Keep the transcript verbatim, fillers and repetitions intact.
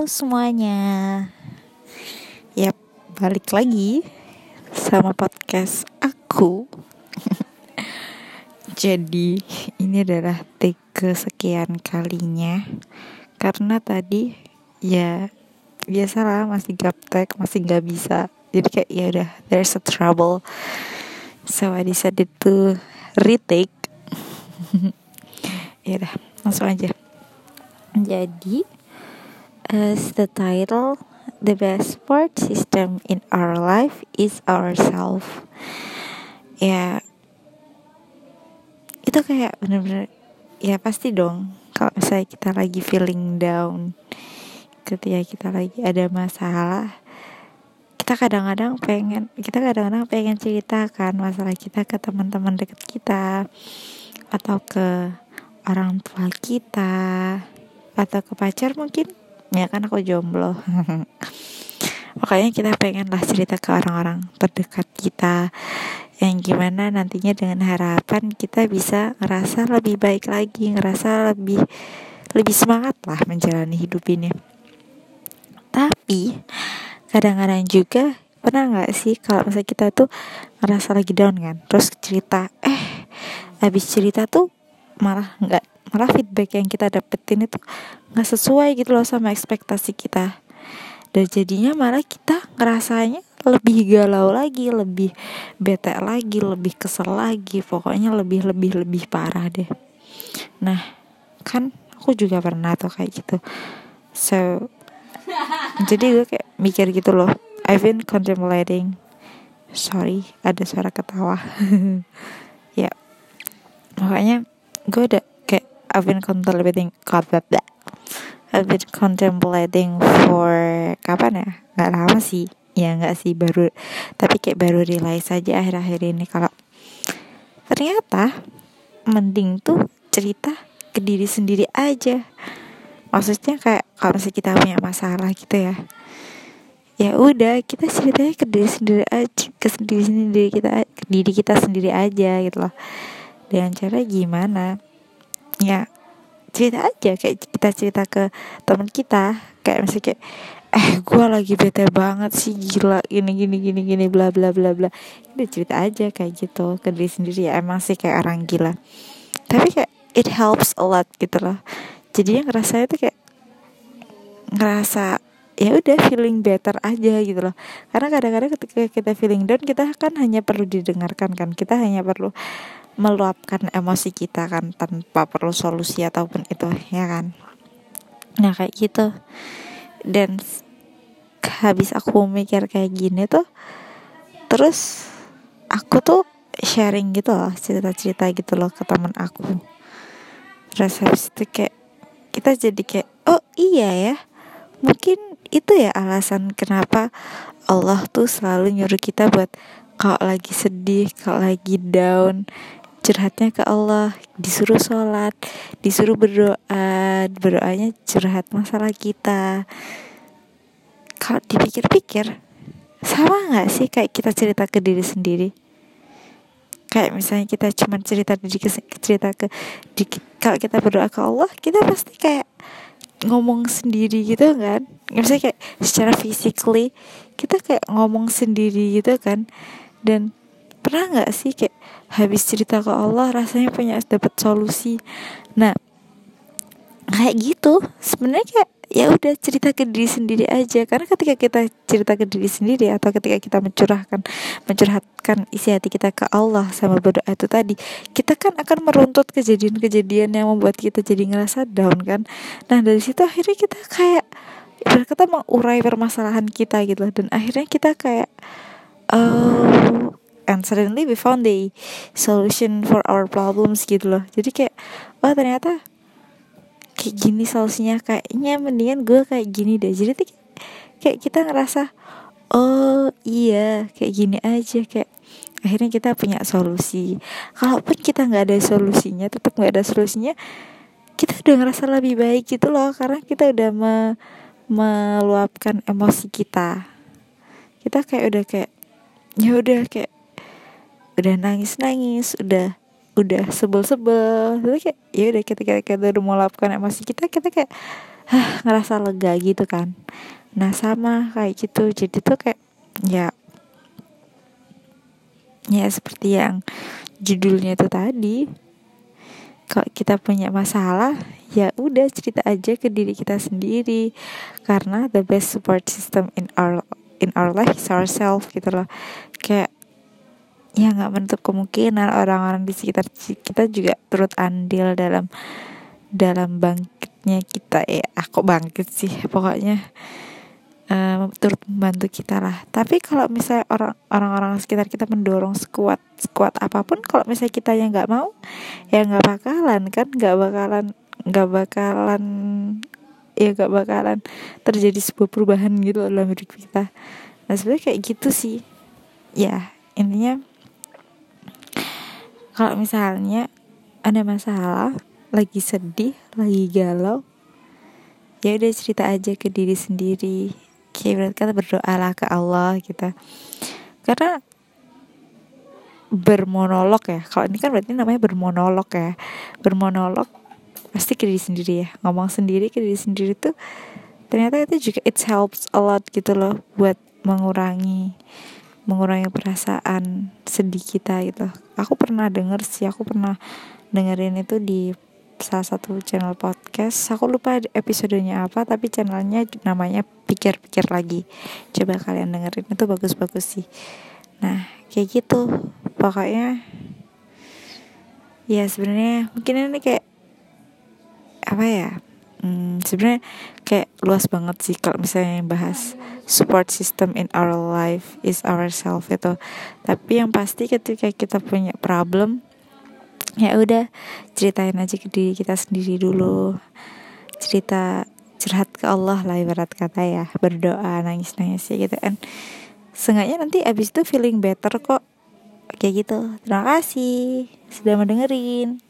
semuanya. Yap, balik lagi sama podcast aku. Jadi ini adalah take kesekian kalinya, karena tadi ya biasalah masih gaptek, masih gak bisa. Jadi kayak ya udah, there's a trouble. So I decided to retake. Ya udah, langsung aja. Jadi as the title, the best support system in our life is ourselves. Ya, itu kayak bener-bener, ya pasti dong. Kalau misalnya kita lagi feeling down, ketika kita lagi ada masalah, kita kadang-kadang pengen, kita kadang-kadang pengen ceritakan masalah kita ke teman-teman dekat kita, atau ke orang tua kita, atau ke pacar mungkin. Ya kan aku jomblo. Makanya kita pengen lah cerita ke orang-orang terdekat kita, yang gimana nantinya dengan harapan kita bisa ngerasa lebih baik lagi, ngerasa lebih lebih semangat lah menjalani hidup ini. Tapi kadang-kadang juga, pernah gak sih kalau misalnya kita tuh ngerasa lagi down kan, terus cerita, eh habis cerita tuh malah gak, malah feedback yang kita dapetin itu gak sesuai gitu loh sama ekspektasi kita. Dan jadinya malah kita ngerasanya lebih galau lagi, lebih bete lagi, lebih kesel lagi, pokoknya lebih-lebih-lebih parah deh. Nah, kan aku juga pernah tuh kayak gitu. So, jadi gue kayak mikir gitu loh, I've been contemplating. Sorry, ada suara ketawa. Ya, makanya gue udah kayak I've been contemplating I've been contemplating for kapan ya? Gak lama sih. Ya gak sih, baru, tapi kayak baru realize aja akhir-akhir ini kalau ternyata mending tuh cerita ke diri sendiri aja. Maksudnya kayak kalau misalnya kita punya masalah gitu ya, ya udah kita ceritanya ke diri sendiri aja, ke diri sendiri kita, ke diri kita sendiri aja gitu loh. Dengan cara gimana? Ya cerita aja, kayak kita cerita ke teman kita, kayak misalnya kayak, eh gue lagi bete banget sih, gila gini gini gini gini bla bla bla bla. Udah cerita aja kayak gitu ke diri sendiri. Ya emang sih kayak orang gila, tapi kayak it helps a lot gitu loh. Jadinya ngerasa itu kayak ngerasa ya udah feeling better aja gitu loh. Karena kadang-kadang ketika kita feeling down, kita kan hanya perlu didengarkan kan, kita hanya perlu meluapkan emosi kita kan, tanpa perlu solusi ataupun itu, ya kan. Nah kayak gitu. Dan habis aku mikir kayak gini tuh, terus aku tuh sharing gitu loh, cerita-cerita gitu loh ke teman aku. Terus habis itu kayak kita jadi kayak, oh iya ya, mungkin itu ya alasan kenapa Allah tuh selalu nyuruh kita buat kalau lagi sedih, kalau lagi down, curhatnya ke Allah, disuruh sholat, disuruh berdoa, berdoanya curhat masalah kita. Kalau dipikir-pikir, sama gak sih kayak kita cerita ke diri sendiri? Kayak misalnya kita cuma cerita diri ke, cerita ke di, kalau kita berdoa ke Allah, kita pasti kayak ngomong sendiri gitu kan. Misalnya kayak secara physically kita kayak ngomong sendiri gitu kan. Dan pernah gak sih kayak habis cerita ke Allah rasanya punya dapat solusi. Nah kayak gitu sebenarnya kayak ya udah cerita ke diri sendiri aja. Karena ketika kita cerita ke diri sendiri, atau ketika kita mencurahkan mencurhatkan isi hati kita ke Allah sama berdoa itu tadi, kita kan akan meruntut kejadian-kejadian yang membuat kita jadi ngerasa down kan. Nah dari situ akhirnya kita kayak berkata mengurai permasalahan kita gitu. Dan akhirnya kita kayak oh, and suddenly we found the solution for our problems gitu loh. Jadi kayak oh ternyata kayak gini solusinya, kayaknya mendingan gue kayak gini deh. Jadi tuh kayak kita ngerasa oh iya kayak gini aja, kayak akhirnya kita punya solusi. Kalaupun kita nggak ada solusinya, tetap nggak ada solusinya, kita udah ngerasa lebih baik gitu loh. Karena kita udah me- meluapkan emosi kita. Kita kayak udah kayak ya udah kayak udah nangis-nangis, udah udah sebel-sebel, tapi kayak ya udah ketika kita udah meluapkan emosi kita, kita kayak hah, ngerasa lega gitu kan. Nah sama kayak gitu, jadi tuh kayak ya ya seperti yang judulnya itu tadi, kalau kita punya masalah ya udah cerita aja ke diri kita sendiri, karena the best support system in our in our life is ourselves gitu loh. Kayak ya nggak menutup kemungkinan orang-orang di sekitar kita juga turut andil dalam dalam bangkitnya kita. Ya aku bangkit sih pokoknya, um, turut membantu kita lah. Tapi kalau misalnya orang orang-orang sekitar kita mendorong sekuat sekuat apapun, kalau misalnya kita yang nggak mau, ya nggak bakalan kan, nggak bakalan nggak bakalan ya nggak bakalan terjadi sebuah perubahan gitu dalam hidup kita. Nah sebenarnya kayak gitu sih ya, intinya kalau misalnya ada masalah, lagi sedih, lagi galau, ya udah cerita aja ke diri sendiri. Kayak berarti kata berdoalah ke Allah gitu. Karena bermonolog ya, kalau ini kan berarti namanya bermonolog ya. Bermonolog pasti ke diri sendiri ya. Ngomong sendiri ke diri sendiri tuh ternyata itu juga it helps a lot gitu loh, buat mengurangi mengurangi perasaan sedih kita gitu. Aku pernah denger sih, aku pernah dengerin itu di salah satu channel podcast. Aku lupa episodenya apa, tapi channelnya namanya Pikir-Pikir Lagi. Coba kalian dengerin, itu bagus-bagus sih. Nah kayak gitu pokoknya. Ya sebenarnya mungkin ini kayak apa ya, Hmm, sebenarnya kayak luas banget sih kalau misalnya yang bahas support system in our life is ourselves itu. Tapi yang pasti ketika kita punya problem, ya udah ceritain aja ke diri kita sendiri dulu. Cerita curhat ke Allah lah ibarat kata ya, berdoa nangis-nangis ya gitu kan. Seenggaknya nanti abis itu feeling better kok. Kayak gitu. Terima kasih sudah mendengerin.